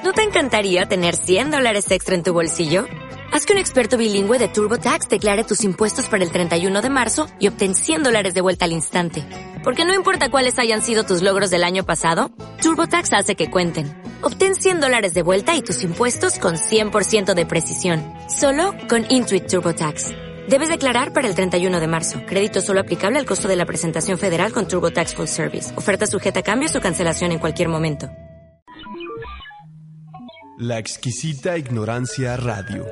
¿No te encantaría tener $100 extra en tu bolsillo? Haz que un experto bilingüe de TurboTax declare tus impuestos para el 31 de marzo y obtén $100 de vuelta al instante. Porque no importa cuáles hayan sido tus logros del año pasado, TurboTax hace que cuenten. Obtén $100 de vuelta y tus impuestos con 100% de precisión. Solo con Intuit TurboTax. Debes declarar para el 31 de marzo. Crédito solo aplicable al costo de la presentación federal con TurboTax Full Service. Oferta sujeta a cambios o cancelación en cualquier momento. La exquisita ignorancia radio.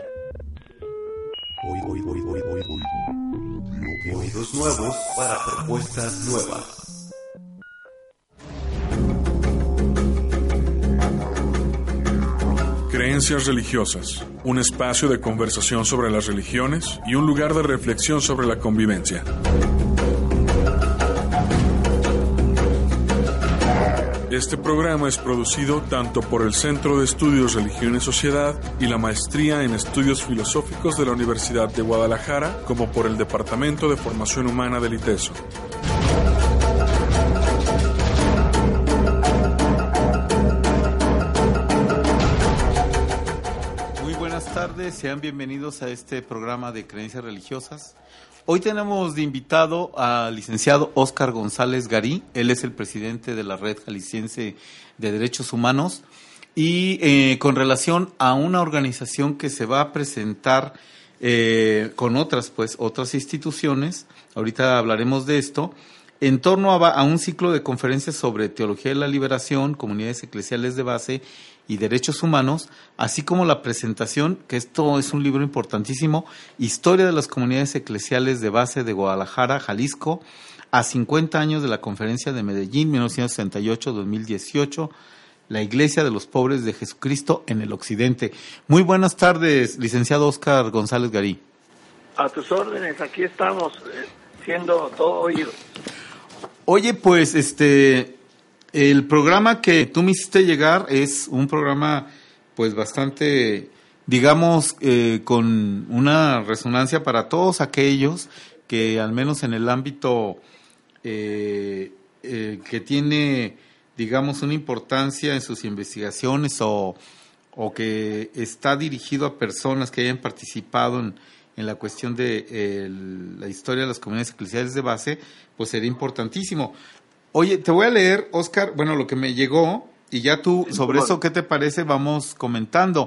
Oídos nuevos para propuestas nuevas. Creencias religiosas, un espacio de conversación sobre las religiones y un lugar de reflexión sobre la convivencia. Este programa es producido tanto por el Centro de Estudios Religión y Sociedad y la Maestría en Estudios Filosóficos de la Universidad de Guadalajara, como por el Departamento de Formación Humana del ITESO. Muy buenas tardes, sean bienvenidos a este programa de Creencias Religiosas. Hoy tenemos de invitado al licenciado Óscar González Garí. Él es el presidente de la Red Jalisciense de Derechos Humanos y con relación a una organización que se va a presentar con otras instituciones, ahorita hablaremos de esto, en torno a un ciclo de conferencias sobre teología de la liberación, comunidades eclesiales de base y derechos humanos, así como la presentación, que esto es un libro importantísimo, Historia de las comunidades eclesiales de base de Guadalajara, Jalisco, a 50 años de la Conferencia de Medellín, 1968-2018, la Iglesia de los Pobres de Jesucristo en el Occidente. Muy buenas tardes, licenciado Óscar González Garí. A tus órdenes, aquí estamos, siendo todo oídos. Oye, pues, el programa que tú me hiciste llegar es un programa pues bastante, digamos, con una resonancia para todos aquellos que al menos en el ámbito que tiene, digamos, una importancia en sus investigaciones o que está dirigido a personas que hayan participado en la cuestión de la historia de las comunidades eclesiales de base, pues sería importantísimo. Oye, te voy a leer, Óscar, lo que me llegó, y ya tú, sobre eso, ¿qué te parece? Vamos comentando.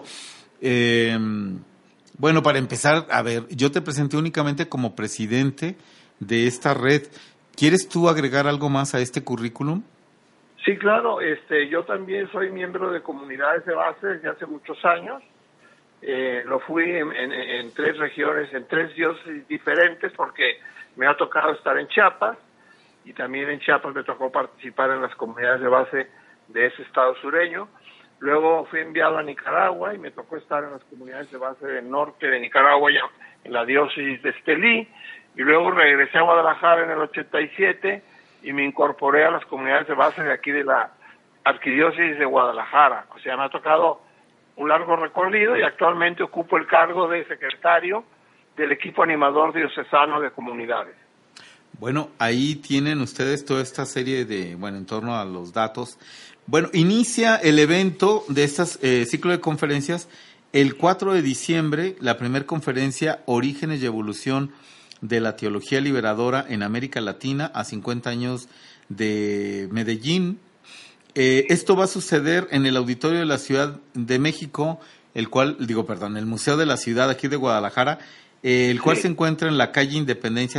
Para empezar, a ver, yo te presenté únicamente como presidente de esta red. ¿Quieres tú agregar algo más a este currículum? Sí, claro, yo también soy miembro de comunidades de base desde hace muchos años. Lo fui en 3 regiones, en 3 diócesis diferentes, porque me ha tocado estar en Chiapas, y también en Chiapas me tocó participar en las comunidades de base de ese estado sureño. Luego fui enviado a Nicaragua y me tocó estar en las comunidades de base del norte de Nicaragua, ya en la diócesis de Estelí, y luego regresé a Guadalajara en el 87 y me incorporé a las comunidades de base de aquí de la arquidiócesis de Guadalajara. O sea, me ha tocado un largo recorrido y actualmente ocupo el cargo de secretario del equipo animador diocesano de comunidades. Bueno, ahí tienen ustedes toda esta serie de, en torno a los datos. Inicia el evento de estas ciclo de conferencias el 4 de diciembre, la primera conferencia Orígenes y Evolución de la Teología Liberadora en América Latina a 50 años de Medellín. Esto va a suceder en el Auditorio de la Ciudad de México, el Museo de la Ciudad aquí de Guadalajara, el cual se encuentra en la calle Independencia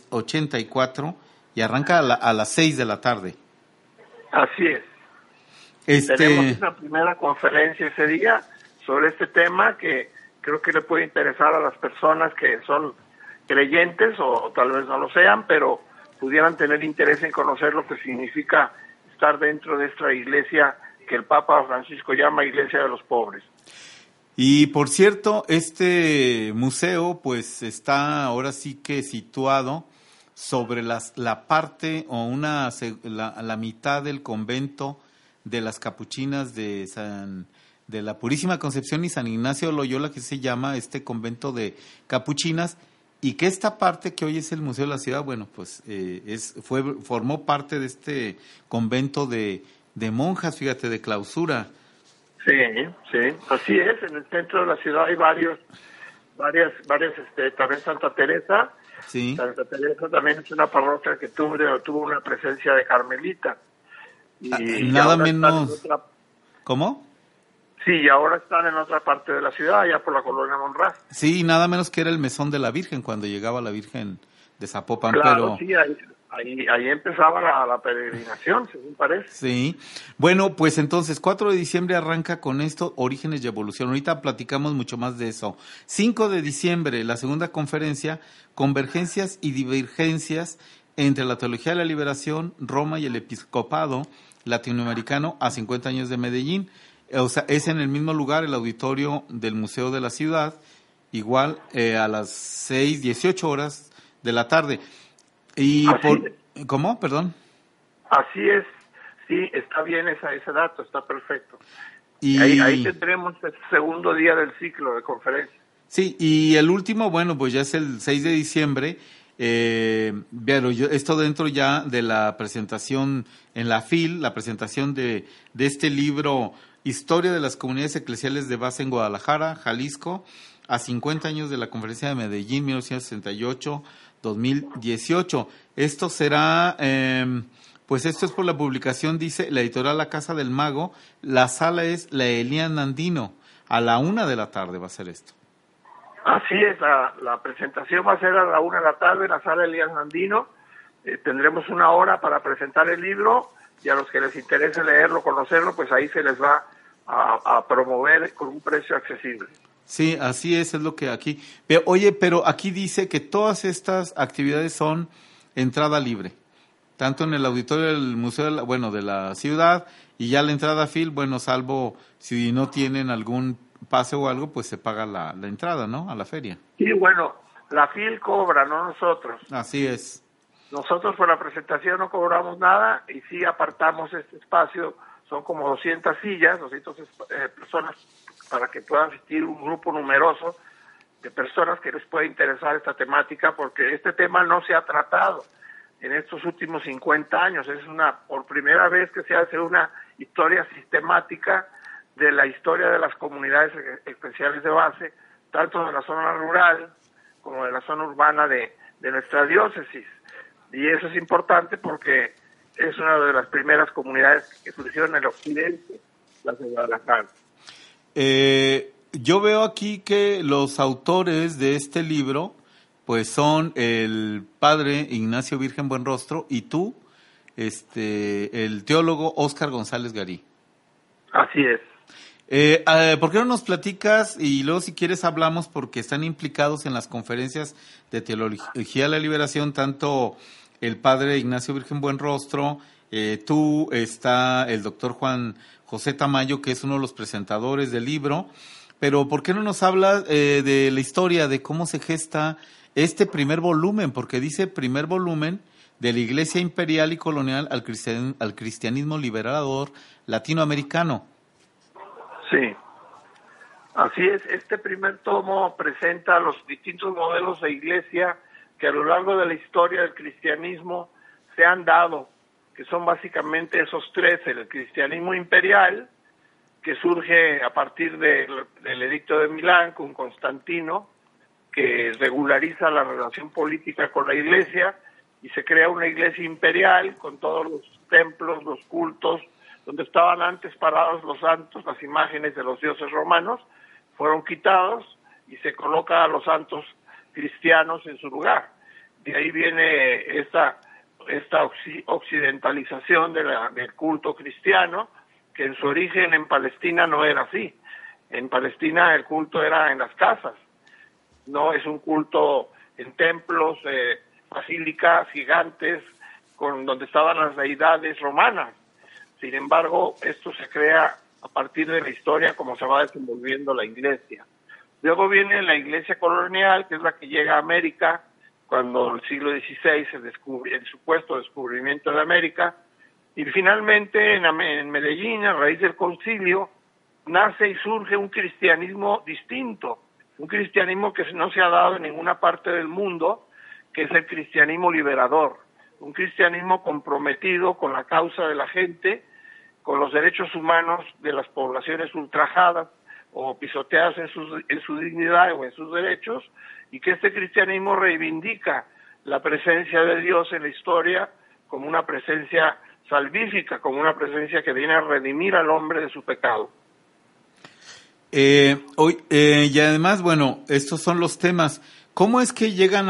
684 y arranca a las 6 de la tarde. Así es. Tenemos una primera conferencia ese día sobre este tema que creo que le puede interesar a las personas que son creyentes o tal vez no lo sean, pero pudieran tener interés en conocer lo que significa estar dentro de esta iglesia que el Papa Francisco llama Iglesia de los Pobres. Y por cierto, este museo pues está ahora sí que situado sobre la parte o la mitad del convento de las Capuchinas de la Purísima Concepción y San Ignacio de Loyola, que se llama este convento de Capuchinas, y que esta parte que hoy es el Museo de la Ciudad, formó parte de este convento de monjas, fíjate, de clausura. Sí, sí, así es. En el centro de la ciudad hay varias, también Santa Teresa. Sí. Santa Teresa también es una parroquia que tuvo una presencia de carmelita. Y Nada ahora menos. ¿Cómo? Sí, y ahora están en otra parte de la ciudad, allá por la colonia Monraz. Sí, nada menos que era el mesón de la Virgen cuando llegaba la Virgen de Zapopan, Claro, pero sí, ahí empezaba la peregrinación, según parece. sí. Bueno, pues entonces 4 de diciembre arranca con esto, Orígenes y Evolución. Ahorita platicamos mucho más de eso. 5 de diciembre, la segunda conferencia, Convergencias y Divergencias entre la Teología de la Liberación, Roma y el Episcopado Latinoamericano a 50 años de Medellín. O sea, es en el mismo lugar, el auditorio del Museo de la Ciudad, igual a las 6:18 de la tarde. Y ¿Cómo? Perdón. Así es, sí, está bien ese dato, está perfecto. Y ahí tendremos el segundo día del ciclo de conferencia. Sí, y el último, bueno, pues ya es el 6 de diciembre. Pero esto dentro ya de la presentación en la FIL, la presentación de este libro, Historia de las Comunidades Eclesiales de Base en Guadalajara, Jalisco, a 50 años de la Conferencia de Medellín, 1968-2018. Esto será, pues esto es por la publicación, dice la editorial La Casa del Mago. La sala es la Elian Andino. A la 1 de la tarde va a ser esto. Así es, la presentación va a ser a la 1 de la tarde en la sala Elías Andino. Tendremos 1 hora para presentar el libro y a los que les interese leerlo, conocerlo, pues ahí se les va a promover con un precio accesible. Sí, así es lo que aquí. Oye, pero aquí dice que todas estas actividades son entrada libre, tanto en el auditorio del Museo de la ciudad, y ya la entrada FIL, bueno, salvo si no tienen algún pase o algo, pues se paga la entrada, ¿no? A la feria. Sí, bueno, la FIL cobra, no nosotros. Así es. Nosotros por la presentación no cobramos nada y sí apartamos este espacio, son como 200 sillas, 200 personas para que pueda asistir un grupo numeroso de personas que les pueda interesar esta temática, porque este tema no se ha tratado en estos últimos 50 años. Es por primera vez que se hace una historia sistemática de la historia de las comunidades especiales de base, tanto de la zona rural como de la zona urbana de nuestra diócesis. Y eso es importante porque es una de las primeras comunidades que surgieron en el occidente, las de Guadalajara. Yo veo aquí que los autores de este libro pues son el padre Ignacio Virgen Buenrostro y tú, el teólogo Óscar González Garí. Así es. ¿Por qué no nos platicas y luego si quieres hablamos, porque están implicados en las conferencias de Teología de la Liberación tanto el padre Ignacio Virgen Buenrostro, tú, está el doctor Juan José Tamayo, que es uno de los presentadores del libro, pero ¿por qué no nos hablas de la historia, de cómo se gesta este primer volumen? Porque dice primer volumen de la Iglesia Imperial y Colonial al cristianismo liberador latinoamericano. Sí, así es. Este primer tomo presenta los distintos modelos de iglesia que a lo largo de la historia del cristianismo se han dado, que son básicamente esos tres: el cristianismo imperial, que surge a partir del edicto de Milán con Constantino, que regulariza la relación política con la iglesia, y se crea una iglesia imperial con todos los templos, los cultos, donde estaban antes parados los santos, las imágenes de los dioses romanos, fueron quitados y se coloca a los santos cristianos en su lugar. De ahí viene esta occidentalización del culto cristiano, que en su origen en Palestina no era así. En Palestina el culto era en las casas, no es un culto en templos, basílicas gigantes, donde estaban las deidades romanas. Sin embargo, esto se crea a partir de la historia, como se va desenvolviendo la iglesia. Luego viene la iglesia colonial, que es la que llega a América, cuando el siglo XVI se descubre el supuesto descubrimiento de América. Y finalmente en Medellín, a raíz del concilio, nace y surge un cristianismo distinto, un cristianismo que no se ha dado en ninguna parte del mundo, que es el cristianismo liberador, un cristianismo comprometido con la causa de la gente, con los derechos humanos de las poblaciones ultrajadas o pisoteadas en su dignidad o en sus derechos, y que este cristianismo reivindica la presencia de Dios en la historia como una presencia salvífica, como una presencia que viene a redimir al hombre de su pecado. Y además, bueno, estos son los temas. ¿Cómo es que llegan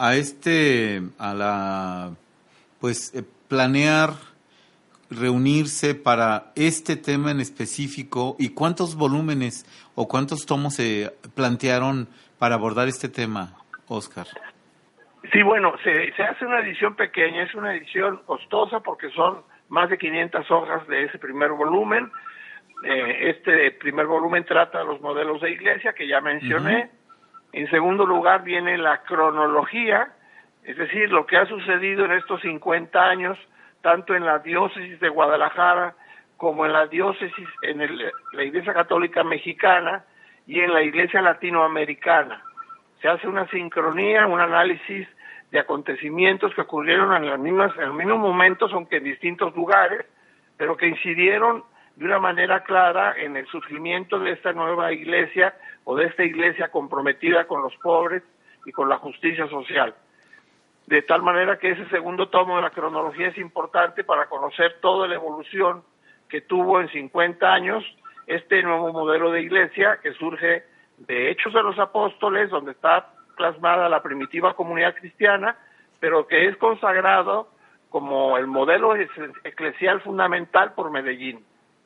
planear reunirse para este tema en específico, y cuántos volúmenes o cuántos tomos se plantearon para abordar este tema, Óscar? Sí, bueno, se hace una edición pequeña, es una edición costosa porque son más de 500 hojas de ese primer volumen. Este primer volumen trata los modelos de iglesia que ya mencioné. En segundo lugar viene la cronología, es decir, lo que ha sucedido en estos 50 años, tanto en la diócesis de Guadalajara como en la diócesis, la Iglesia Católica Mexicana y en la Iglesia Latinoamericana. Se hace una sincronía, un análisis de acontecimientos que ocurrieron en los mismos momentos, aunque en distintos lugares, pero que incidieron de una manera clara en el surgimiento de esta nueva iglesia o de esta iglesia comprometida con los pobres y con la justicia social. De tal manera que ese segundo tomo de la cronología es importante para conocer toda la evolución que tuvo en 50 años este nuevo modelo de iglesia que surge de Hechos de los Apóstoles, donde está plasmada la primitiva comunidad cristiana, pero que es consagrado como el modelo eclesial fundamental por Medellín.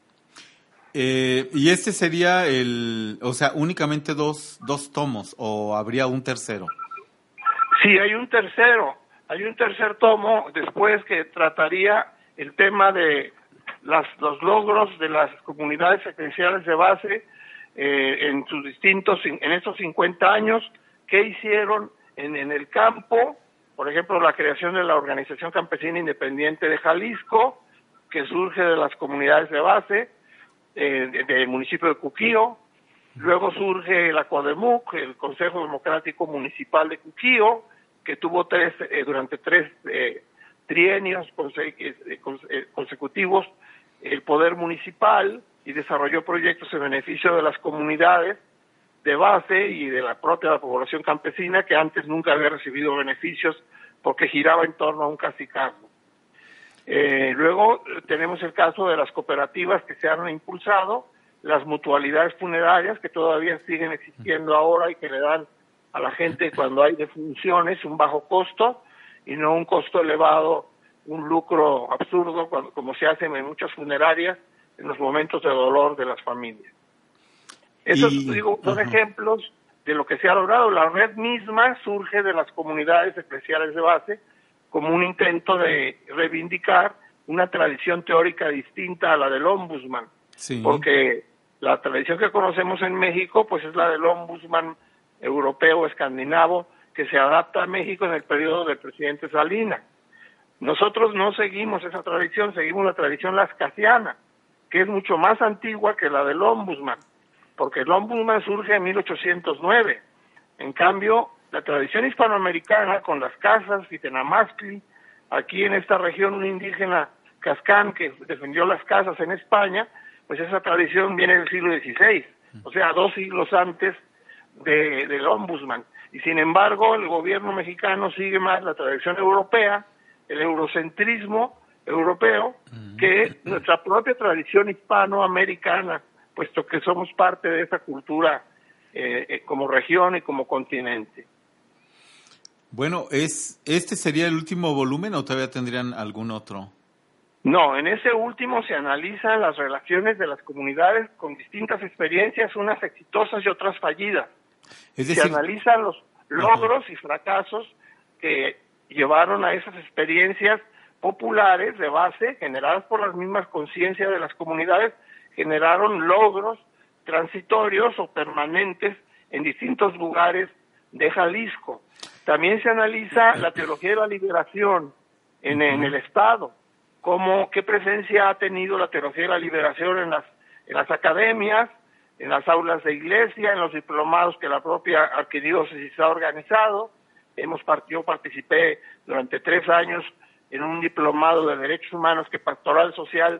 Y este sería únicamente dos tomos, ¿o habría un tercero? Sí, hay un tercer tomo después que trataría el tema de los logros de las comunidades eclesiales de base en estos 50 años, qué hicieron en el campo, por ejemplo, la creación de la Organización Campesina Independiente de Jalisco, que surge de las comunidades de base, del municipio de Cuquío. Luego surge la CODEMUC, el Consejo Democrático Municipal de Cuquío, que tuvo durante tres trienios consecutivos el poder municipal y desarrolló proyectos en beneficio de las comunidades de base y de la propia población campesina, que antes nunca había recibido beneficios porque giraba en torno a un cacicazgo. Luego tenemos el caso de las cooperativas que se han impulsado, las mutualidades funerarias que todavía siguen existiendo ahora y que le dan a la gente, cuando hay defunciones, un bajo costo y no un costo elevado, un lucro absurdo, como se hace en muchas funerarias en los momentos de dolor de las familias. Esos, son ejemplos de lo que se ha logrado. La red misma surge de las comunidades eclesiales de base como un intento de reivindicar una tradición teórica distinta a la del ombudsman, porque la tradición que conocemos en México pues es la del ombudsman europeo, escandinavo, que se adapta a México en el periodo del presidente Salinas. Nosotros no seguimos esa tradición, seguimos la tradición lascasiana, que es mucho más antigua que la del ombudsman, porque el ombudsman surge en 1809. En cambio, la tradición hispanoamericana, con las casas y Tenamastli, aquí en esta región un indígena cascán que defendió las casas en España, pues esa tradición viene del siglo XVI, o sea, 2 siglos antes del ombudsman. Y sin embargo, el gobierno mexicano sigue más la tradición europea, el eurocentrismo europeo, que nuestra propia tradición hispanoamericana, puesto que somos parte de esa cultura como región y como continente. Bueno, ¿este sería el último volumen o todavía tendrían algún otro? No, en ese último se analizan las relaciones de las comunidades con distintas experiencias, unas exitosas y otras fallidas. Es decir, se analizan los logros y fracasos que llevaron a esas experiencias populares de base, generadas por las mismas conciencias de las comunidades, generaron logros transitorios o permanentes en distintos lugares de Jalisco. También se analiza la teología de la liberación en el Estado, qué presencia ha tenido la teología de la liberación en las academias, en las aulas de iglesia, en los diplomados que la propia arquidiócesis ha organizado. Yo participé durante 3 años en un diplomado de derechos humanos que Pastoral Social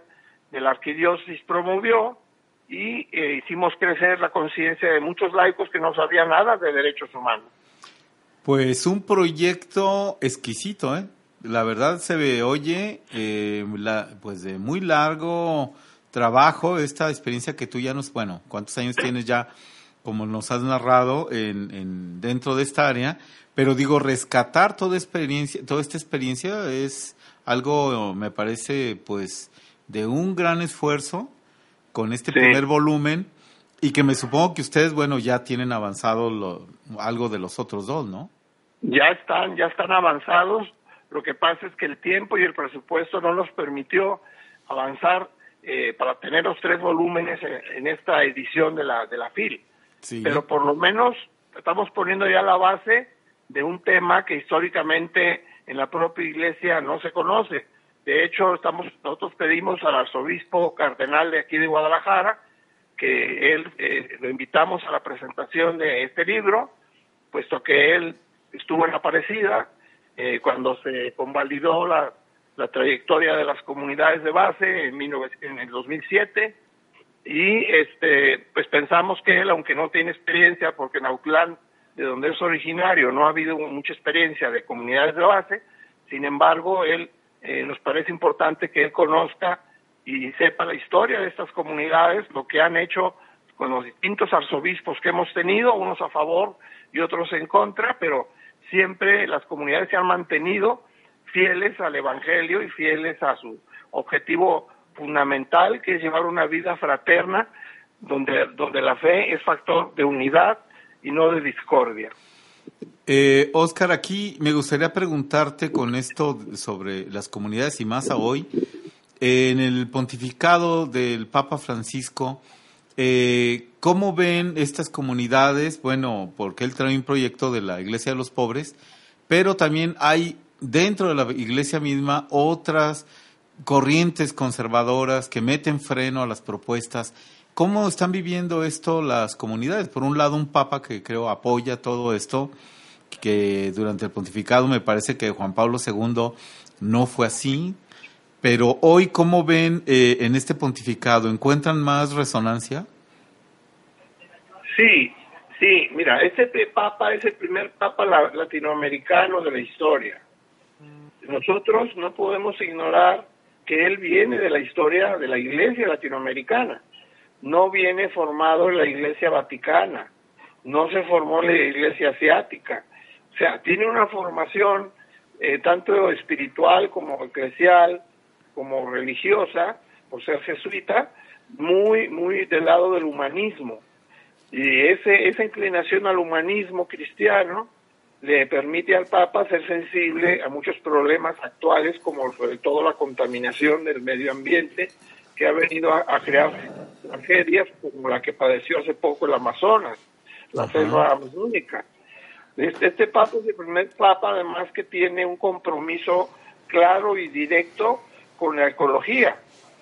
de la arquidiócesis promovió y hicimos crecer la conciencia de muchos laicos que no sabían nada de derechos humanos. Pues un proyecto exquisito, ¿eh? La verdad oye, pues de muy largo trabajo, esta experiencia que tú ya ¿cuántos años tienes ya, como nos has narrado, dentro de esta área? Pero digo, rescatar toda esta experiencia es algo, me parece, pues, de un gran esfuerzo con este primer volumen, y que me supongo que ustedes, ya tienen avanzado algo de los otros dos, ¿no? Ya están avanzados. Lo que pasa es que el tiempo y el presupuesto no nos permitió avanzar para tener los 3 volúmenes en esta edición de la FIL. Sí. Pero por lo menos estamos poniendo ya la base de un tema que históricamente en la propia Iglesia no se conoce. De hecho, nosotros pedimos al arzobispo cardenal de aquí de Guadalajara que él lo invitamos a la presentación de este libro, puesto que él estuvo en Aparecida cuando se convalidó la trayectoria de las comunidades de base en el 2007, y pues pensamos que él, aunque no tiene experiencia, porque en Autlán, de donde es originario, no ha habido mucha experiencia de comunidades de base, sin embargo, él nos parece importante que él conozca y sepa la historia de estas comunidades, lo que han hecho con los distintos arzobispos que hemos tenido, unos a favor y otros en contra, pero siempre las comunidades se han mantenido fieles al Evangelio y fieles a su objetivo fundamental, que es llevar una vida fraterna, donde la fe es factor de unidad y no de discordia. Óscar, aquí me gustaría preguntarte con esto sobre las comunidades y más a hoy. En el pontificado del Papa Francisco, ¿cómo ven estas comunidades? Bueno, porque él trae un proyecto de la Iglesia de los Pobres, pero también hay dentro de la Iglesia misma otras corrientes conservadoras que meten freno a las propuestas. ¿Cómo están viviendo esto las comunidades? Por un lado, un Papa que creo apoya todo esto, que durante el pontificado me parece que Juan Pablo II no fue así. Pero hoy, ¿cómo ven en este pontificado? ¿Encuentran más resonancia? Sí, mira, este Papa es el primer Papa latinoamericano de la historia. Nosotros no podemos ignorar que él viene de la historia de la Iglesia latinoamericana. No viene formado en la Iglesia Vaticana, no se formó en la Iglesia Asiática. O sea, tiene una formación tanto espiritual como eclesial, como religiosa, por ser jesuita, muy del lado del humanismo. Y esa inclinación al humanismo cristiano le permite al Papa ser sensible a muchos problemas actuales, como sobre todo la contaminación del medio ambiente, que ha venido a crear tragedias como la que padeció hace poco el Amazonas, la selva amazónica. Este Papa es el primer Papa, además, que tiene un compromiso claro y directo con la ecología,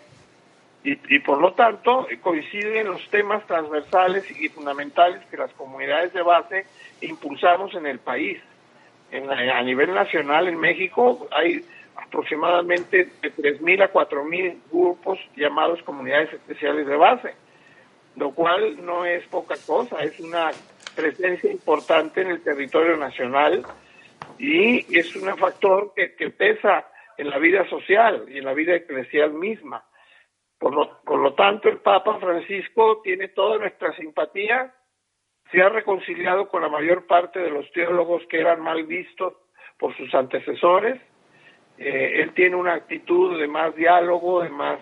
y por lo tanto coincide en los temas transversales y fundamentales que las comunidades de base impulsamos en el país. A nivel nacional, en México, hay aproximadamente de 3.000 a 4.000 grupos llamados comunidades especiales de base, lo cual no es poca cosa, es una presencia importante en el territorio nacional y es un factor que pesa en la vida social y en la vida eclesial misma. Por lo tanto, el Papa Francisco tiene toda nuestra simpatía, se ha reconciliado con la mayor parte de los teólogos que eran mal vistos por sus antecesores. Él tiene una actitud de más diálogo, de más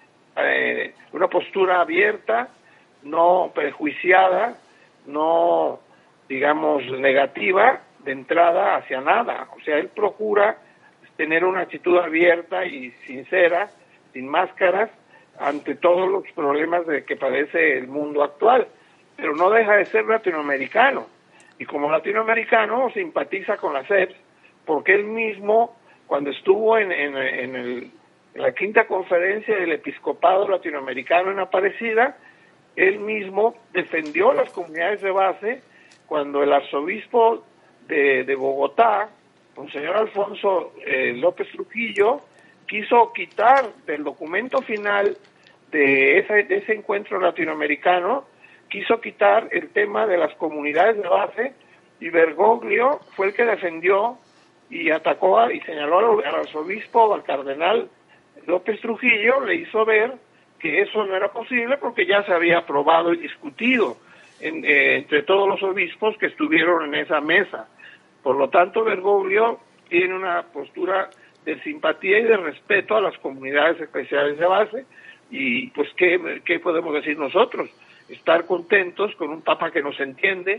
una postura abierta, no prejuiciada, no, digamos, negativa de entrada hacia nada. O sea, él procura tener una actitud abierta y sincera, sin máscaras, ante todos los problemas que padece el mundo actual, pero no deja de ser latinoamericano, y como latinoamericano simpatiza con la CEPS, porque él mismo, cuando estuvo en la quinta conferencia del episcopado latinoamericano en Aparecida, él mismo defendió las comunidades de base cuando el arzobispo de Bogotá, Monseñor Alfonso López Trujillo, quiso quitar del documento final de ese encuentro latinoamericano, quiso quitar el tema de las comunidades de base, y Bergoglio fue el que defendió y atacó y señaló al arzobispo, al cardenal López Trujillo, le hizo ver que eso no era posible porque ya se había aprobado y discutido entre todos los obispos que estuvieron en esa mesa. Por lo tanto, Bergoglio tiene una postura de simpatía y de respeto a las comunidades eclesiales de base, y pues ¿qué podemos decir nosotros? Estar contentos con un papa que nos entiende,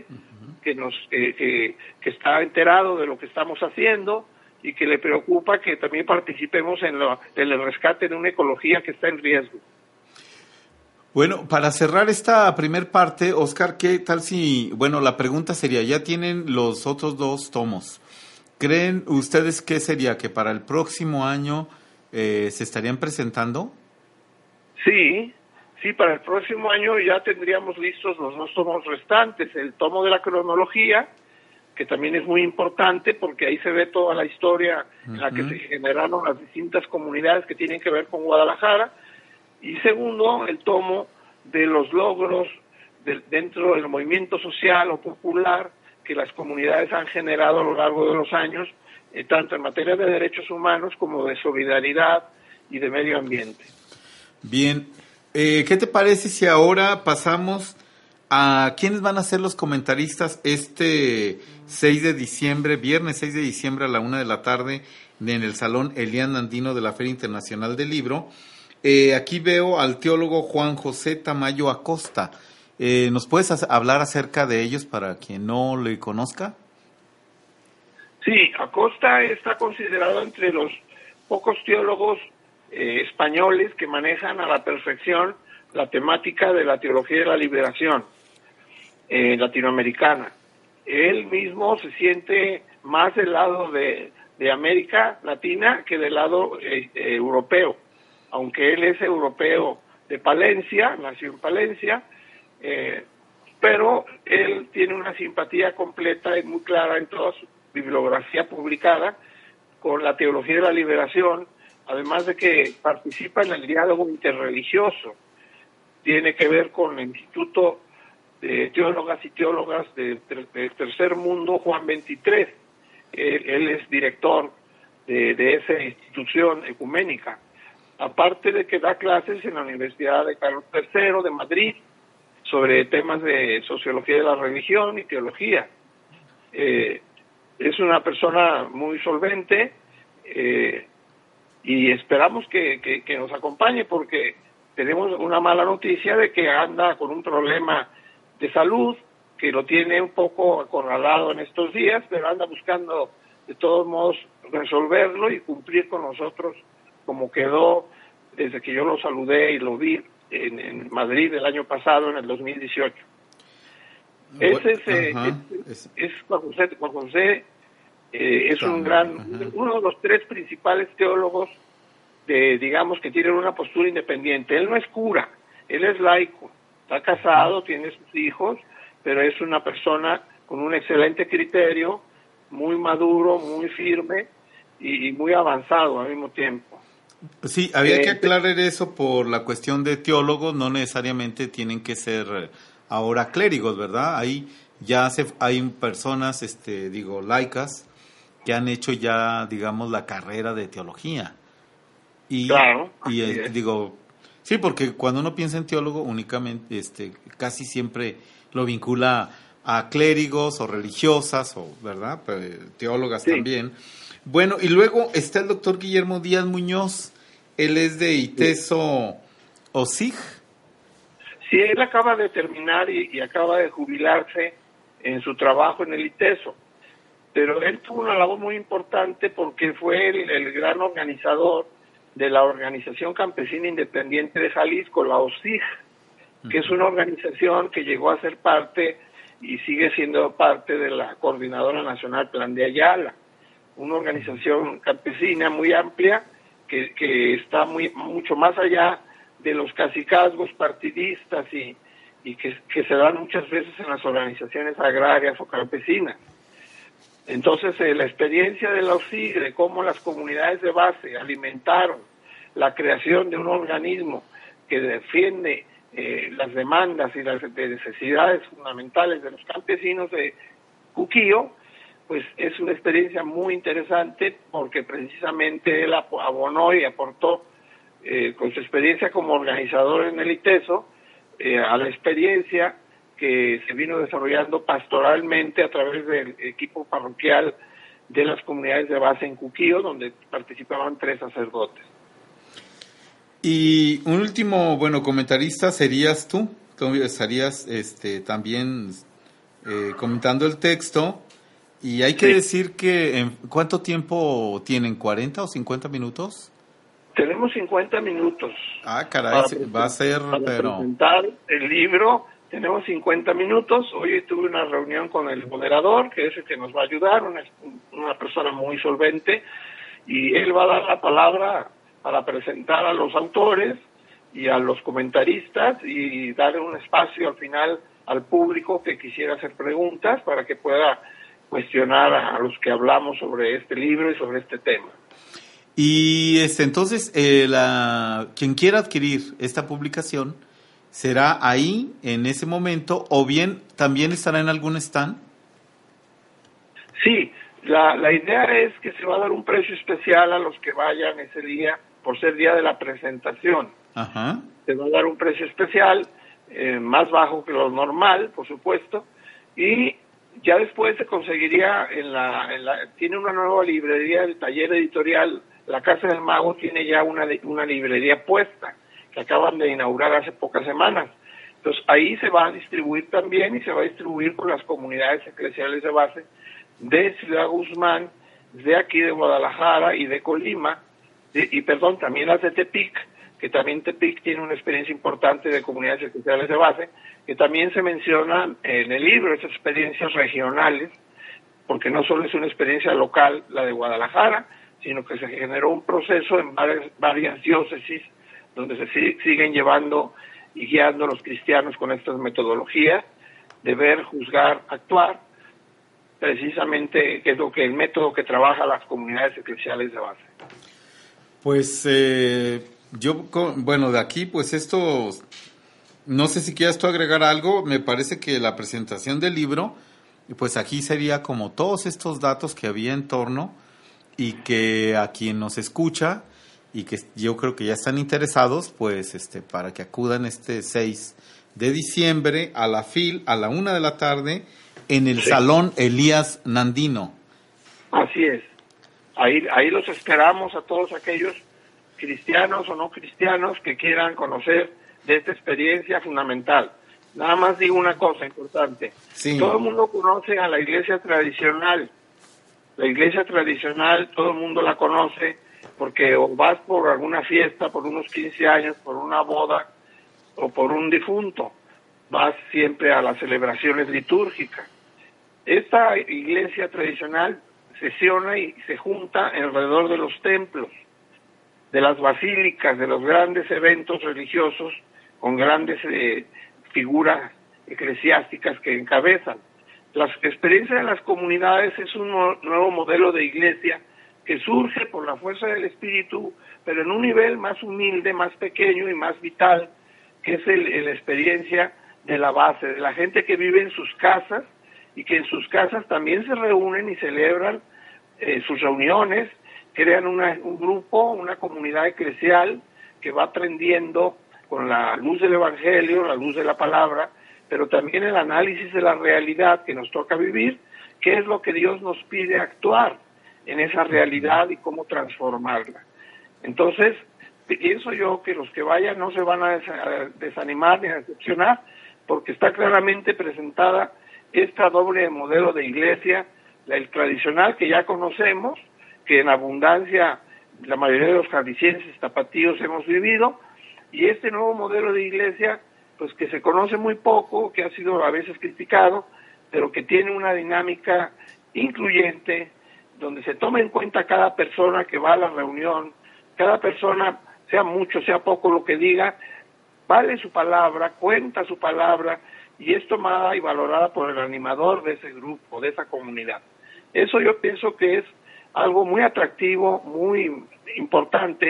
que está enterado de lo que estamos haciendo y que le preocupa que también participemos en el rescate de una ecología que está en riesgo. Bueno, para cerrar esta primer parte, Óscar, ¿qué tal si, bueno, la pregunta sería, ya tienen los otros 2 tomos, ¿creen ustedes qué sería, que para el próximo año se estarían presentando? Sí, para el próximo año ya tendríamos listos los 2 tomos restantes, el tomo de la cronología, que también es muy importante porque ahí se ve toda la historia en la que se generaron las distintas comunidades que tienen que ver con Guadalajara, y segundo, el tomo de los logros dentro del movimiento social o popular que las comunidades han generado a lo largo de los años, tanto en materia de derechos humanos como de solidaridad y de medio ambiente. Bien, ¿qué te parece si ahora pasamos a quiénes van a ser los comentaristas este 6 de diciembre, viernes 6 de diciembre a la 1:00 p.m. en el Salón Elian Andino de la Feria Internacional del Libro? Aquí veo al teólogo Juan José Tamayo Acosta. ¿Nos puedes hablar acerca de ellos para quien no le conozca? Sí, Acosta está considerado entre los pocos teólogos españoles que manejan a la perfección la temática de la teología de la liberación latinoamericana. Él mismo se siente más del lado de América Latina que del lado europeo, aunque él es europeo de Palencia, nació en Palencia, pero él tiene una simpatía completa y muy clara en toda su bibliografía publicada con la teología de la liberación, además de que participa en el diálogo interreligioso. Tiene que ver con el Instituto de Teólogas y Teólogas del Tercer Mundo Juan 23. Él es director de esa institución ecuménica. Aparte de que da clases en la Universidad de Carlos III de Madrid sobre temas de sociología de la religión y teología. Es una persona muy solvente y esperamos que nos acompañe porque tenemos una mala noticia de que anda con un problema de salud, que lo tiene un poco acorralado en estos días, pero anda buscando de todos modos resolverlo y cumplir con nosotros como quedó desde que yo lo saludé y lo vi en Madrid el año pasado, en el 2018. Es Juan José, es un gran, uno de los 3 principales teólogos digamos que tienen una postura independiente. Él no es cura, él es laico, está casado, tiene sus hijos, pero es una persona con un excelente criterio, muy maduro, muy firme y muy avanzado al mismo tiempo. Sí, había que aclarar eso por la cuestión de teólogos, no necesariamente tienen que ser ahora clérigos, ¿verdad? Ahí ya hay personas, laicas, que han hecho ya, digamos, la carrera de teología. Claro. Sí, porque cuando uno piensa en teólogo, únicamente, casi siempre lo vincula a clérigos o religiosas, ¿verdad? Teólogas también. Bueno, y luego está el doctor Guillermo Díaz Muñoz, él es de ITESO OSIG. Sí, él acaba de terminar y acaba de jubilarse en su trabajo en el ITESO, pero él tuvo una labor muy importante porque fue el gran organizador de la Organización Campesina Independiente de Jalisco, la OSIG, que es una organización que llegó a ser parte y sigue siendo parte de la Coordinadora Nacional Plan de Ayala, una organización campesina muy amplia que está mucho más allá de los cacicazgos partidistas y que se dan muchas veces en las organizaciones agrarias o campesinas. Entonces, la experiencia de la OSIG, de cómo las comunidades de base alimentaron la creación de un organismo que defiende las demandas y las necesidades fundamentales de los campesinos de Cuquío, pues es una experiencia muy interesante porque precisamente él abonó y aportó con su experiencia como organizador en el ITESO a la experiencia que se vino desarrollando pastoralmente a través del equipo parroquial de las comunidades de base en Cuquío, donde participaban 3 sacerdotes. Y un último, comentarista serías tú. Tú estarías también comentando el texto. Y hay que decir que, ¿cuánto tiempo tienen? ¿40 o 50 minutos? Tenemos 50 minutos. Ah, caray, va a ser, para presentar el libro. Tenemos 50 minutos. Hoy tuve una reunión con el moderador, que es el que nos va a ayudar, una persona muy solvente, y él va a dar la palabra para presentar a los autores y a los comentaristas y darle un espacio al final al público que quisiera hacer preguntas para que pueda cuestionar a los que hablamos sobre este libro y sobre este tema. Y entonces, quien quiera adquirir esta publicación, ¿será ahí, en ese momento, o bien también estará en algún stand? Sí, la idea es que se va a dar un precio especial a los que vayan ese día, por ser día de la presentación. Ajá. Se va a dar un precio especial, más bajo que lo normal, por supuesto, y ya después se conseguiría tiene una nueva librería, el taller editorial La Casa del Mago tiene ya una librería puesta, que acaban de inaugurar hace pocas semanas. Entonces ahí se va a distribuir también, y se va a distribuir con las comunidades eclesiales de base de Ciudad Guzmán, de aquí de Guadalajara y de Colima, también las de Tepic, que también Tepic tiene una experiencia importante de comunidades eclesiales de base, que también se mencionan en el libro, esas experiencias regionales, porque no solo es una experiencia local la de Guadalajara, sino que se generó un proceso en varias diócesis donde se siguen llevando y guiando a los cristianos con estas metodologías de ver, juzgar, actuar, precisamente que es el método que trabaja las comunidades eclesiales de base. Pues de aquí, pues esto, no sé si quieras tú agregar algo. Me parece que la presentación del libro, pues aquí sería como todos estos datos que había en torno, y que a quien nos escucha y que yo creo que ya están interesados, pues para que acudan este 6 de diciembre a la 1 de la tarde en el Salón Elías Nandino. Así es. Ahí los esperamos a todos aquellos cristianos o no cristianos que quieran conocer de esta experiencia fundamental. Nada más digo una cosa importante. Sí. Todo el mundo conoce a la iglesia tradicional. La iglesia tradicional, todo el mundo la conoce porque o vas por alguna fiesta, por unos 15 años, por una boda o por un difunto. Vas siempre a las celebraciones litúrgicas. Esta iglesia tradicional sesiona y se junta alrededor de los templos, de las basílicas, de los grandes eventos religiosos con grandes figuras eclesiásticas que encabezan. La experiencia de las comunidades es un nuevo modelo de iglesia que surge por la fuerza del Espíritu, pero en un nivel más humilde, más pequeño y más vital, que es la experiencia de la base, de la gente que vive en sus casas y que en sus casas también se reúnen y celebran sus reuniones, crean un grupo, una comunidad eclesial que va aprendiendo con la luz del Evangelio, la luz de la palabra, pero también el análisis de la realidad que nos toca vivir, qué es lo que Dios nos pide actuar en esa realidad y cómo transformarla. Entonces, pienso yo que los que vayan no se van a desanimar ni a decepcionar, porque está claramente presentada esta doble modelo de iglesia, el tradicional que ya conocemos, que en abundancia la mayoría de los jaliscienses tapatíos hemos vivido, y este nuevo modelo de iglesia, pues que se conoce muy poco, que ha sido a veces criticado, pero que tiene una dinámica incluyente, donde se toma en cuenta cada persona que va a la reunión, cada persona, sea mucho, sea poco lo que diga, vale su palabra, cuenta su palabra, y es tomada y valorada por el animador de ese grupo, de esa comunidad. Eso yo pienso que es algo muy atractivo, muy importante,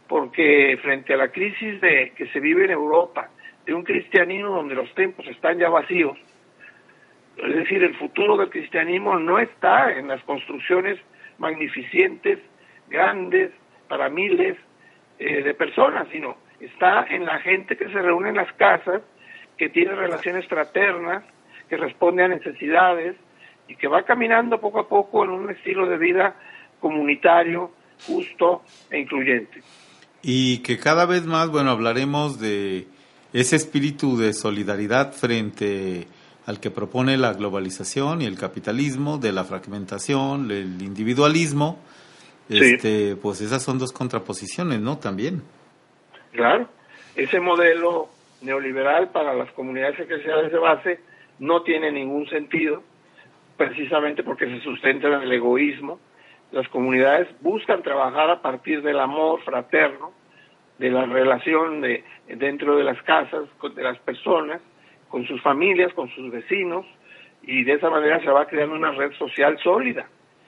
porque frente a la crisis que se vive en Europa, de un cristianismo donde los templos están ya vacíos, es decir, el futuro del cristianismo no está en las construcciones magnificentes, grandes, para miles de personas, sino está en la gente que se reúne en las casas, que tiene relaciones fraternas, que responde a necesidades y que va caminando poco a poco en un estilo de vida comunitario, justo e incluyente. Y que cada vez más, bueno, hablaremos de ese espíritu de solidaridad frente al que propone la globalización y el capitalismo, de la fragmentación, el individualismo. Sí. Pues esas son dos contraposiciones, ¿no? También. Claro, ese modelo neoliberal para las comunidades eclesiales de base no tiene ningún sentido, precisamente porque se sustenta en el egoísmo. Las comunidades buscan trabajar a partir del amor fraterno, de la relación dentro de las casas, de las personas, con sus familias, con sus vecinos, y de esa manera se va creando una red social sólida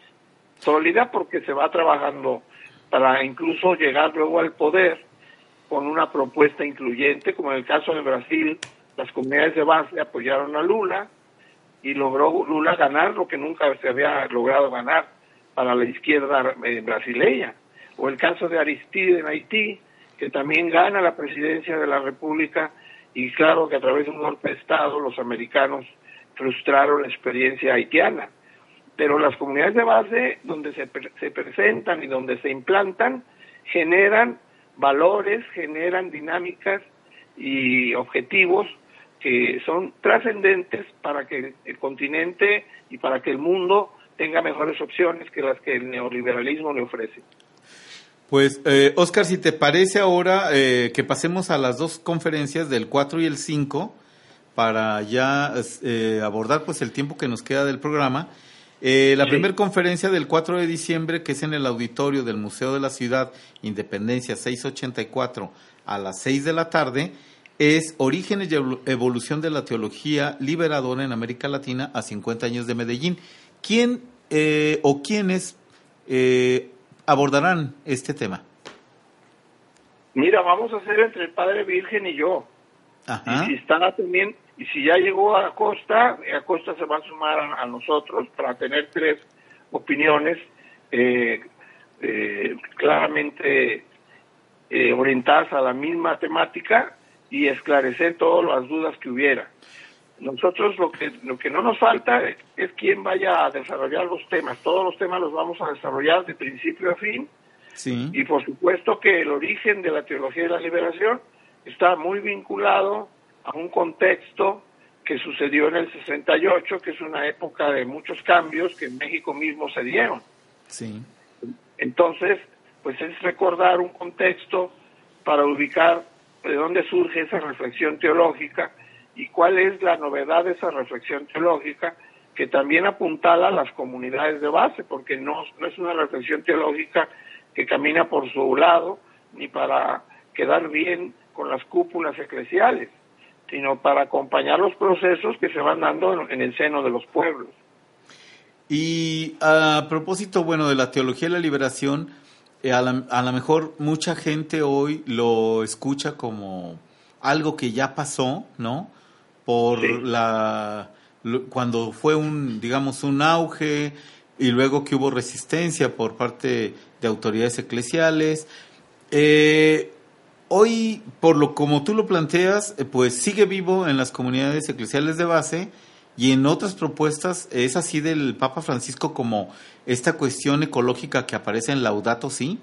porque se va trabajando para incluso llegar luego al poder con una propuesta incluyente, como en el caso de Brasil, las comunidades de base apoyaron a Lula y logró Lula ganar lo que nunca se había logrado ganar para la izquierda brasileña, o el caso de Aristide en Haití, que también gana la presidencia de la República, y claro que a través de un golpe de Estado los americanos frustraron la experiencia haitiana. Pero las comunidades de base, donde se presentan y donde se implantan, generan valores, generan dinámicas y objetivos que son trascendentes para que el continente y para que el mundo tenga mejores opciones que las que el neoliberalismo le ofrece. Pues, Óscar, si te parece ahora que pasemos a las dos conferencias del 4 y el 5 para ya abordar pues el tiempo que nos queda del programa. La primera conferencia del 4 de diciembre, que es en el auditorio del Museo de la Ciudad, Independencia 684, a las 6 de la tarde, es Orígenes y Evolución de la Teología Liberadora en América Latina a 50 años de Medellín. ¿Quién o quiénes abordarán este tema? Mira, vamos a hacer entre el Padre Virgen y yo. Ajá. Y si está también, y si ya llegó a Acosta se va a sumar a nosotros para tener tres opiniones claramente orientadas a la misma temática y esclarecer todas las dudas que hubiera. Nosotros lo que no nos falta es quién vaya a desarrollar los temas. Todos los temas los vamos a desarrollar de principio a fin. Sí. Y por supuesto que el origen de la teología de la liberación está muy vinculado a un contexto que sucedió en el 68, que es una época de muchos cambios que en México mismo se dieron. Sí. Entonces, pues es recordar un contexto para ubicar de dónde surge esa reflexión teológica y cuál es la novedad de esa reflexión teológica, que también apuntala a las comunidades de base, porque no es una reflexión teológica que camina por su lado, ni para quedar bien con las cúpulas eclesiales, sino para acompañar los procesos que se van dando en el seno de los pueblos. Y a propósito, bueno, de la teología de la liberación, a lo mejor mucha gente hoy lo escucha como algo que ya pasó, ¿no? Por sí. Cuando fue un auge y luego que hubo resistencia por parte de autoridades eclesiales. Hoy, como tú lo planteas, pues sigue vivo en las comunidades eclesiales de base y en otras propuestas es así del Papa Francisco como esta cuestión ecológica que aparece en Laudato Si.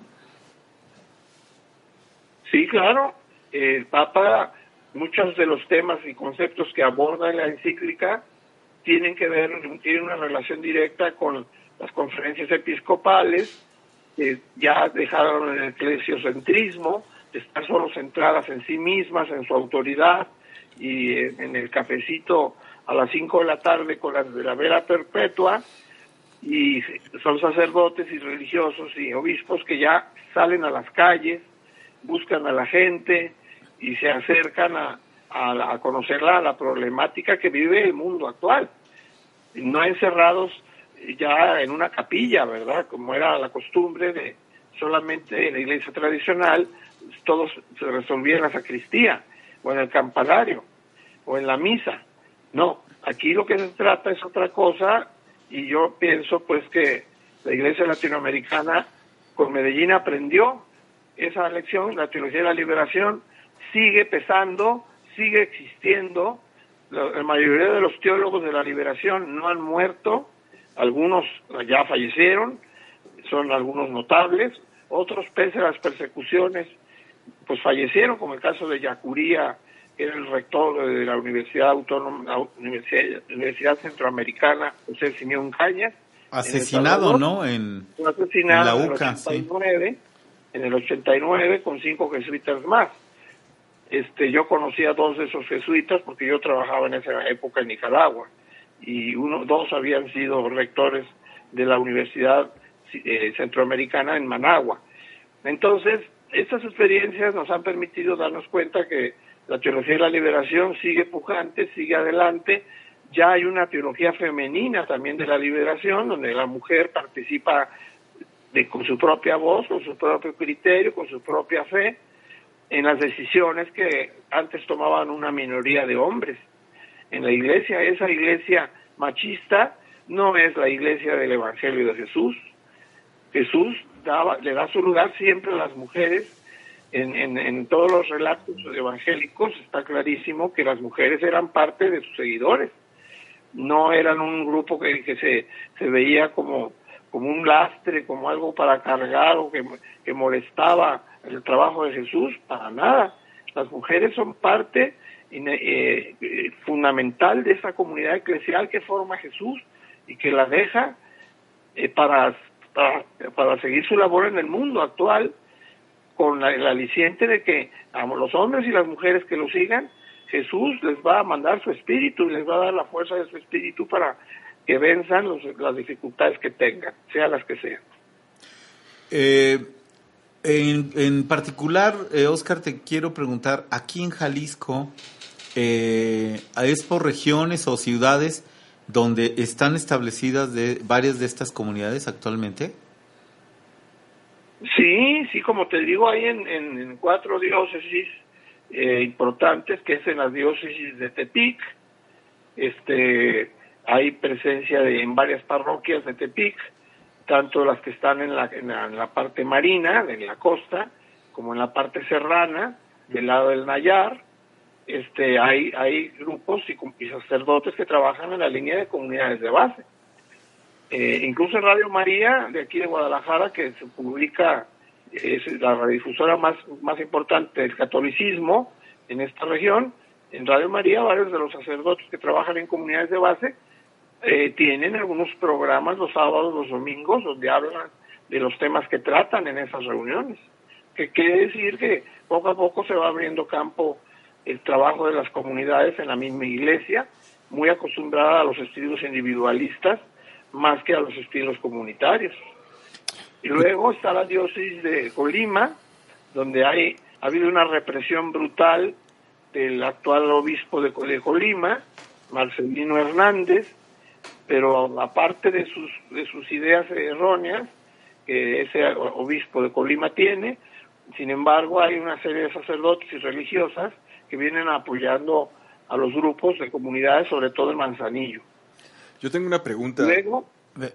Sí, claro. El Papa, muchos de los temas y conceptos que aborda en la encíclica tienen una relación directa con las conferencias episcopales, que ya dejaron el eclesiocentrismo, de estar solo centradas en sí mismas, en su autoridad, y en el cafecito a las 5 de la tarde con las de la vela perpetua, y son sacerdotes y religiosos y obispos que ya salen a las calles, buscan a la gente y se acercan a conocer la problemática que vive el mundo actual, no encerrados ya en una capilla, ¿verdad? Como era la costumbre solamente en la iglesia tradicional todo se resolvía en la sacristía, o en el campanario, o en la misa. No, aquí lo que se trata es otra cosa, y yo pienso pues que la iglesia latinoamericana con Medellín aprendió esa lección. La teología de la liberación sigue pesando, sigue existiendo. La mayoría de los teólogos de la liberación no han muerto, algunos ya fallecieron, son algunos notables, otros pese a las persecuciones pues fallecieron, como el caso de Yacuría, que era el rector de la Universidad Autónoma, Universidad Centroamericana, José Simeón Cañas. Asesinado, ¿no? Fue asesinado en la UCA, en el 89 con 5 jesuitas más. Yo conocí a 2 de esos jesuitas porque yo trabajaba en esa época en Nicaragua, y 2 habían sido rectores de la Universidad Centroamericana en Managua. Entonces, estas experiencias nos han permitido darnos cuenta que la teología de la liberación sigue pujante, sigue adelante. Ya hay una teología femenina también de la liberación, donde la mujer participa con su propia voz, con su propio criterio, con su propia fe, en las decisiones que antes tomaban una minoría de hombres. En la iglesia, esa iglesia machista no es la iglesia del Evangelio de Jesús. Jesús le da su lugar siempre a las mujeres. En todos los relatos evangélicos está clarísimo que las mujeres eran parte de sus seguidores. No eran un grupo que se veía como un lastre, como algo para cargar o que molestaba el trabajo de Jesús, para nada. Las mujeres son parte fundamental de esa comunidad eclesial que forma Jesús y que la deja para seguir su labor en el mundo actual, con el aliciente de que a los hombres y las mujeres que lo sigan, Jesús les va a mandar su espíritu y les va a dar la fuerza de su espíritu para que venzan las dificultades que tengan, sean las que sean. En particular, Óscar, te quiero preguntar, aquí en Jalisco, ¿es por regiones o ciudades donde están establecidas varias de estas comunidades actualmente? Sí, como te digo, hay en 4 diócesis importantes, que es en la diócesis de Tepic. Hay presencia en varias parroquias de Tepic, tanto las que están en la parte marina, en la costa, como en la parte serrana, del lado del Nayar. Hay grupos y sacerdotes que trabajan en la línea de comunidades de base. Incluso en Radio María, de aquí de Guadalajara, que se publica, es la radiodifusora más importante del catolicismo en esta región, en Radio María varios de los sacerdotes que trabajan en comunidades de base tienen algunos programas los sábados, los domingos, donde hablan de los temas que tratan en esas reuniones. Que quiere decir que poco a poco se va abriendo campo el trabajo de las comunidades en la misma iglesia, muy acostumbrada a los estilos individualistas más que a los estilos comunitarios. Y luego está la diócesis de Colima, donde ha habido una represión brutal del actual obispo de Colima, Marcelino Hernández, pero aparte de sus ideas erróneas que ese obispo de Colima tiene, sin embargo hay una serie de sacerdotes y religiosas que vienen apoyando a los grupos de comunidades, sobre todo en Manzanillo. Yo tengo una pregunta. Luego,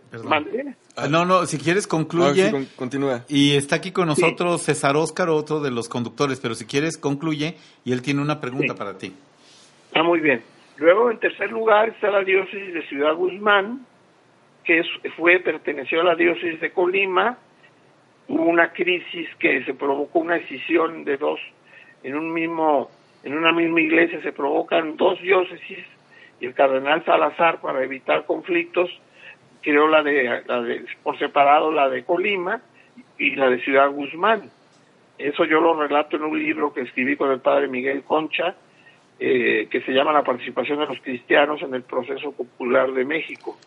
no, si quieres concluye. Sí, continúa. Y está aquí con nosotros César Óscar, otro de los conductores, pero si quieres concluye y él tiene una pregunta para ti. Muy bien. Luego, en tercer lugar, está la diócesis de Ciudad Guzmán, que perteneció a la diócesis de Colima. Hubo una crisis que se provocó una escisión de 2 en una misma iglesia, se provocan 2 diócesis, y el cardenal Salazar, para evitar conflictos, creó la de por separado la de Colima y la de Ciudad Guzmán. Eso yo lo relato en un libro que escribí con el padre Miguel Concha, que se llama La participación de los cristianos en el proceso popular de México.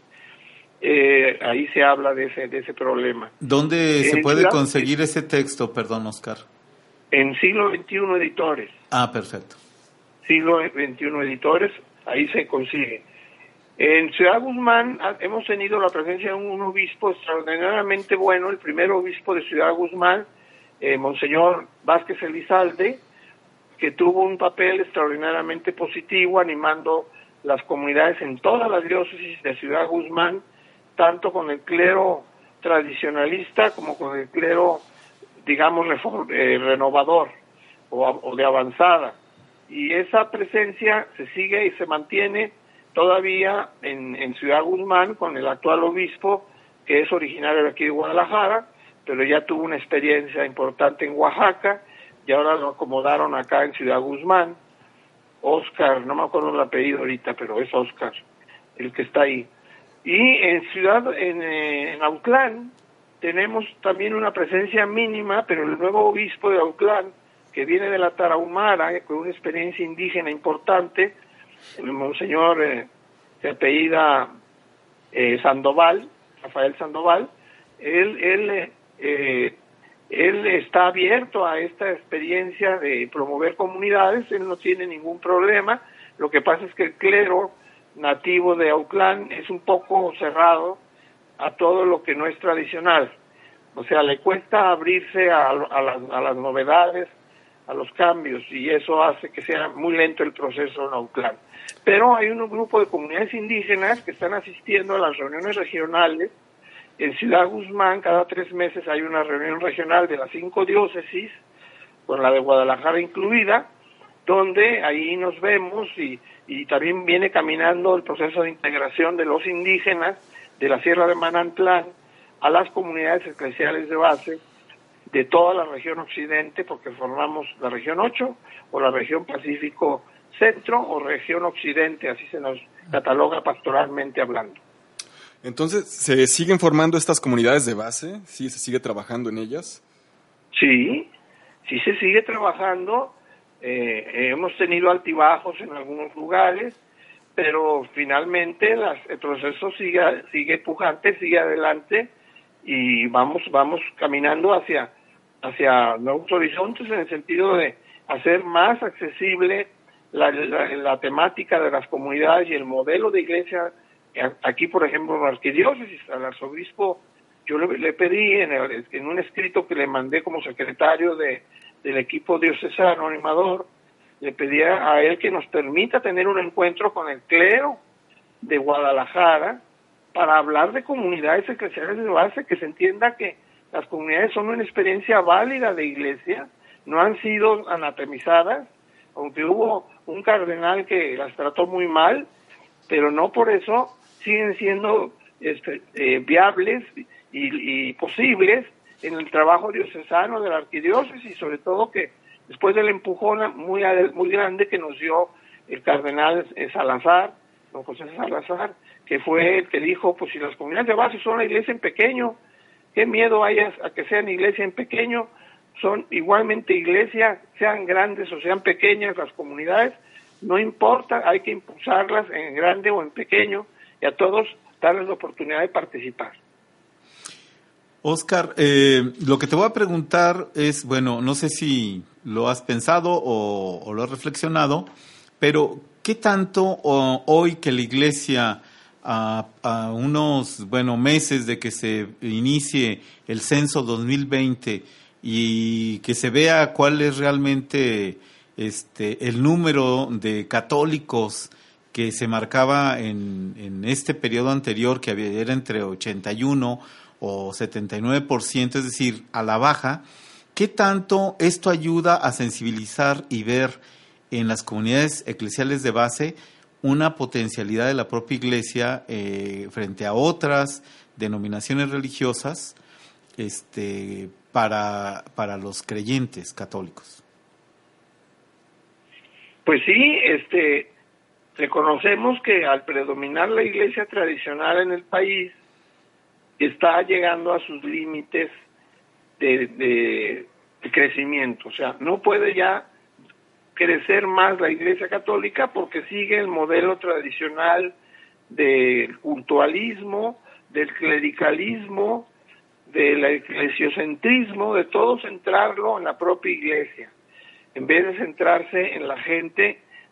Ahí se habla de ese problema. ¿Dónde se puede conseguir ese texto, perdón, Óscar? En Siglo XXI Editores. Perfecto. Siglo XXI Editores, ahí se consigue. En Ciudad Guzmán hemos tenido la presencia de un obispo extraordinariamente bueno, el primer obispo de Ciudad Guzmán, Monseñor Vázquez Elizalde, que tuvo un papel extraordinariamente positivo animando las comunidades en todas las diócesis de Ciudad Guzmán, tanto con el clero tradicionalista como con el clero, digamos, renovador o de avanzada. Y esa presencia se sigue y se mantiene todavía en Ciudad Guzmán con el actual obispo, que es originario de aquí de Guadalajara, pero ya tuvo una experiencia importante en Oaxaca y ahora lo acomodaron acá en Ciudad Guzmán. Óscar, no me acuerdo el apellido ahorita, pero es Óscar el que está ahí. Y en Autlán tenemos también una presencia mínima, pero el nuevo obispo de Autlán, que viene de la Tarahumara, con una experiencia indígena importante, el monseñor se apellida Sandoval, Rafael Sandoval, él está abierto a esta experiencia de promover comunidades, él no tiene ningún problema. Lo que pasa es que el clero nativo de Autlán es un poco cerrado a todo lo que no es tradicional, o sea, le cuesta abrirse a las novedades, a los cambios, y eso hace que sea muy lento el proceso en Autlán. Pero hay un grupo de comunidades indígenas que están asistiendo a las reuniones regionales. En Ciudad Guzmán, cada 3 meses hay una reunión regional de las 5 diócesis, con la de Guadalajara incluida, donde ahí nos vemos y también viene caminando el proceso de integración de los indígenas de la Sierra de Manantlán a las comunidades eclesiales de base de toda la región occidente, porque formamos la región 8 o la región Pacífico Centro o región occidente, así se nos cataloga pastoralmente hablando. Entonces, ¿se siguen formando estas comunidades de base? ¿Sí se sigue trabajando en ellas? Sí se sigue trabajando. Hemos tenido altibajos en algunos lugares, pero finalmente el proceso sigue pujante, sigue adelante y vamos caminando hacia nuevos horizontes en el sentido de hacer más accesible la temática de las comunidades y el modelo de iglesia. Aquí, por ejemplo, en la arquidiócesis, al arzobispo, yo le pedí en un escrito que le mandé como secretario del equipo diocesano animador, le pedí a él que nos permita tener un encuentro con el clero de Guadalajara para hablar de comunidades eclesiales de base, que se entienda que las comunidades son una experiencia válida de iglesia, no han sido anatemizadas, aunque hubo un cardenal que las trató muy mal, pero no por eso siguen siendo viables y posibles en el trabajo diocesano de la arquidiócesis, sobre todo que después del empujón muy grande que nos dio el cardenal Salazar, don José Salazar, que fue el que dijo, pues si las comunidades de base son la iglesia en pequeño, qué miedo hay a que sean iglesia en pequeño, son igualmente iglesias, sean grandes o sean pequeñas las comunidades, no importa, hay que impulsarlas en grande o en pequeño y a todos darles la oportunidad de participar. Óscar, lo que te voy a preguntar es, bueno, no sé si lo has pensado o lo has reflexionado, pero ¿qué tanto hoy que la Iglesia, a unos meses de que se inicie el censo 2020 y que se vea cuál es realmente el número de católicos que se marcaba en este periodo anterior, que era entre 81 o 79%, es decir, a la baja, ¿qué tanto esto ayuda a sensibilizar y ver en las comunidades eclesiales de base una potencialidad de la propia Iglesia frente a otras denominaciones religiosas para los creyentes católicos? Pues sí, reconocemos que al predominar la Iglesia tradicional en el país, está llegando a sus límites de crecimiento, o sea, no puede ya crecer más la Iglesia Católica porque sigue el modelo tradicional del cultualismo, del clericalismo, del eclesiocentrismo, de todo centrarlo en la propia Iglesia, en vez de centrarse en la gente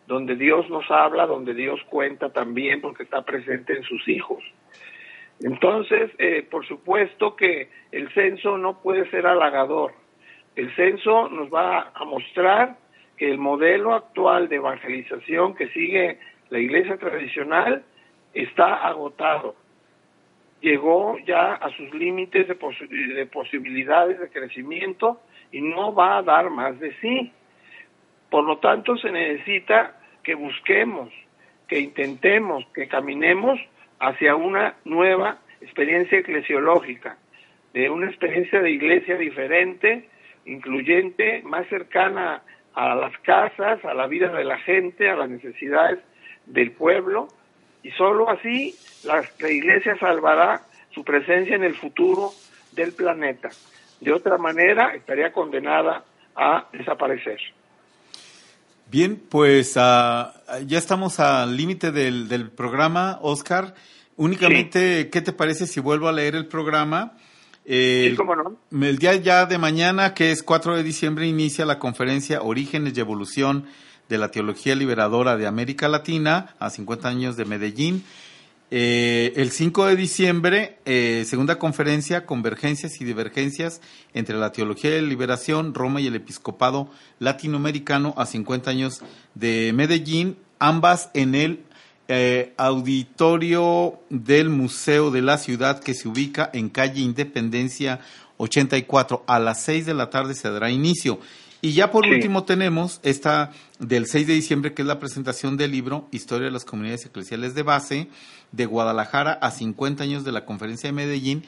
donde Dios nos habla, donde Dios cuenta también porque está presente en sus hijos. Entonces, por supuesto que el censo no puede ser halagador. El censo nos va a mostrar que el modelo actual de evangelización que sigue la iglesia tradicional está agotado. Llegó ya a sus límites de posibilidades de crecimiento y no va a dar más de sí. Por lo tanto, se necesita que busquemos, que intentemos, que caminemos hacia una nueva experiencia eclesiológica, de una experiencia de iglesia diferente, incluyente, más cercana a las casas, a la vida de la gente, a las necesidades del pueblo, y solo así la iglesia salvará su presencia en el futuro del planeta. De otra manera, estaría condenada a desaparecer. Bien, pues ya estamos al límite del programa, Óscar. Únicamente, sí. ¿Qué te parece si vuelvo a leer el programa? Sí, cómo no. El día ya de mañana, que es 4 de diciembre, inicia la conferencia Orígenes y Evolución de la Teología Liberadora de América Latina, a 50 años de Medellín. El 5 de diciembre, segunda conferencia, Convergencias y Divergencias entre la Teología de Liberación, Roma y el Episcopado Latinoamericano, a 50 años de Medellín, ambas en el auditorio del Museo de la Ciudad, que se ubica en calle Independencia 84. A las 6 de la tarde se dará inicio. Y ya por último tenemos esta del 6 de diciembre, que es la presentación del libro Historia de las Comunidades Eclesiales de Base de Guadalajara a 50 años de la Conferencia de Medellín,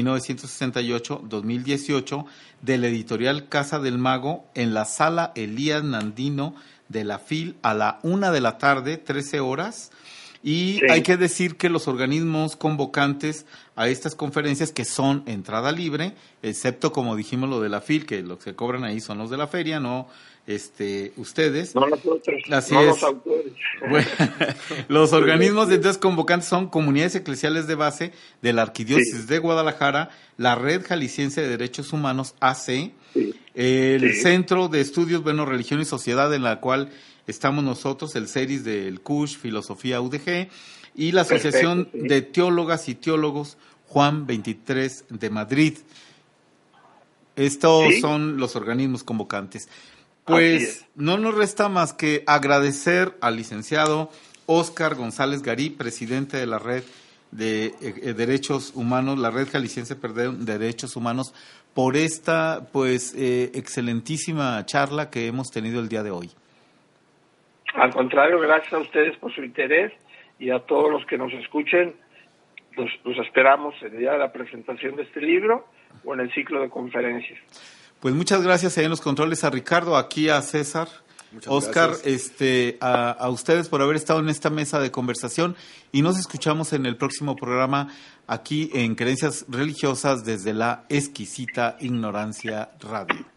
1968-2018, de la editorial Casa del Mago, en la Sala Elías Nandino de la FIL a la 1 de la tarde, 13 horas. Y hay que decir que los organismos convocantes a estas conferencias, que son entrada libre, excepto, como dijimos, lo de la FIL, que los que cobran ahí son los de la feria, no ustedes. No nosotros, así no es. Los autores. Bueno, los organismos entonces convocantes son Comunidades Eclesiales de Base de la Arquidiócesis de Guadalajara, la Red Jalisciense de Derechos Humanos, AC, el Centro de Estudios, Religión y Sociedad, en la cual estamos nosotros, el CERIS del CUSH, Filosofía UDG, y la Asociación de Teólogas y Teólogos Juan 23 de Madrid. Estos son los organismos convocantes. Pues no nos resta más que agradecer al licenciado Óscar González Garí, presidente de la Red de Derechos Humanos, la Red Jalisciense de Derechos Humanos, por esta excelentísima charla que hemos tenido el día de hoy. Al contrario, gracias a ustedes por su interés y a todos los que nos escuchen. Los esperamos el día de la presentación de este libro o en el ciclo de conferencias. Pues muchas gracias ahí en los controles a Ricardo, aquí a César, Óscar, a ustedes por haber estado en esta mesa de conversación, y nos escuchamos en el próximo programa aquí en Creencias Religiosas desde la Exquisita Ignorancia Radio.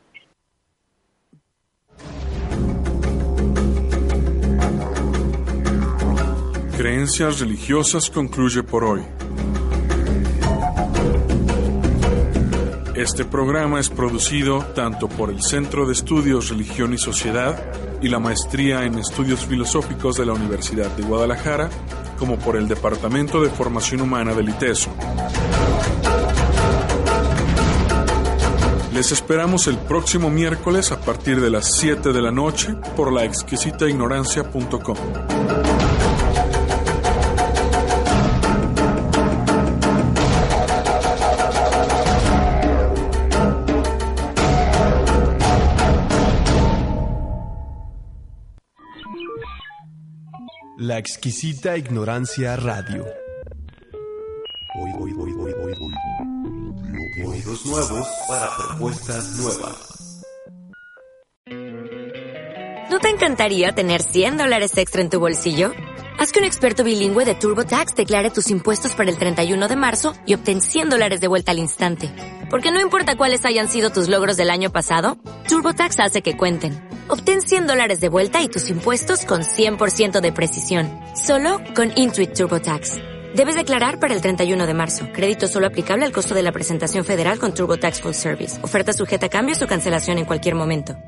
Creencias Religiosas concluye por hoy. Este programa es producido tanto por el Centro de Estudios Religión y Sociedad y la Maestría en Estudios Filosóficos de la Universidad de Guadalajara, como por el Departamento de Formación Humana del ITESO. Les esperamos el próximo miércoles a partir de las 7 de la noche por laexquisitaignorancia.com. La Exquisita Ignorancia Radio. Oídos nuevos para propuestas nuevas. ¿No te encantaría tener $100 extra en tu bolsillo? Haz que un experto bilingüe de TurboTax declare tus impuestos para el 31 de marzo y obtén $100 de vuelta al instante. Porque no importa cuáles hayan sido tus logros del año pasado, TurboTax hace que cuenten. Obtén $100 de vuelta y tus impuestos con 100% de precisión. Solo con Intuit TurboTax. Debes declarar para el 31 de marzo. Crédito solo aplicable al costo de la presentación federal con TurboTax Full Service. Oferta sujeta a cambios o cancelación en cualquier momento.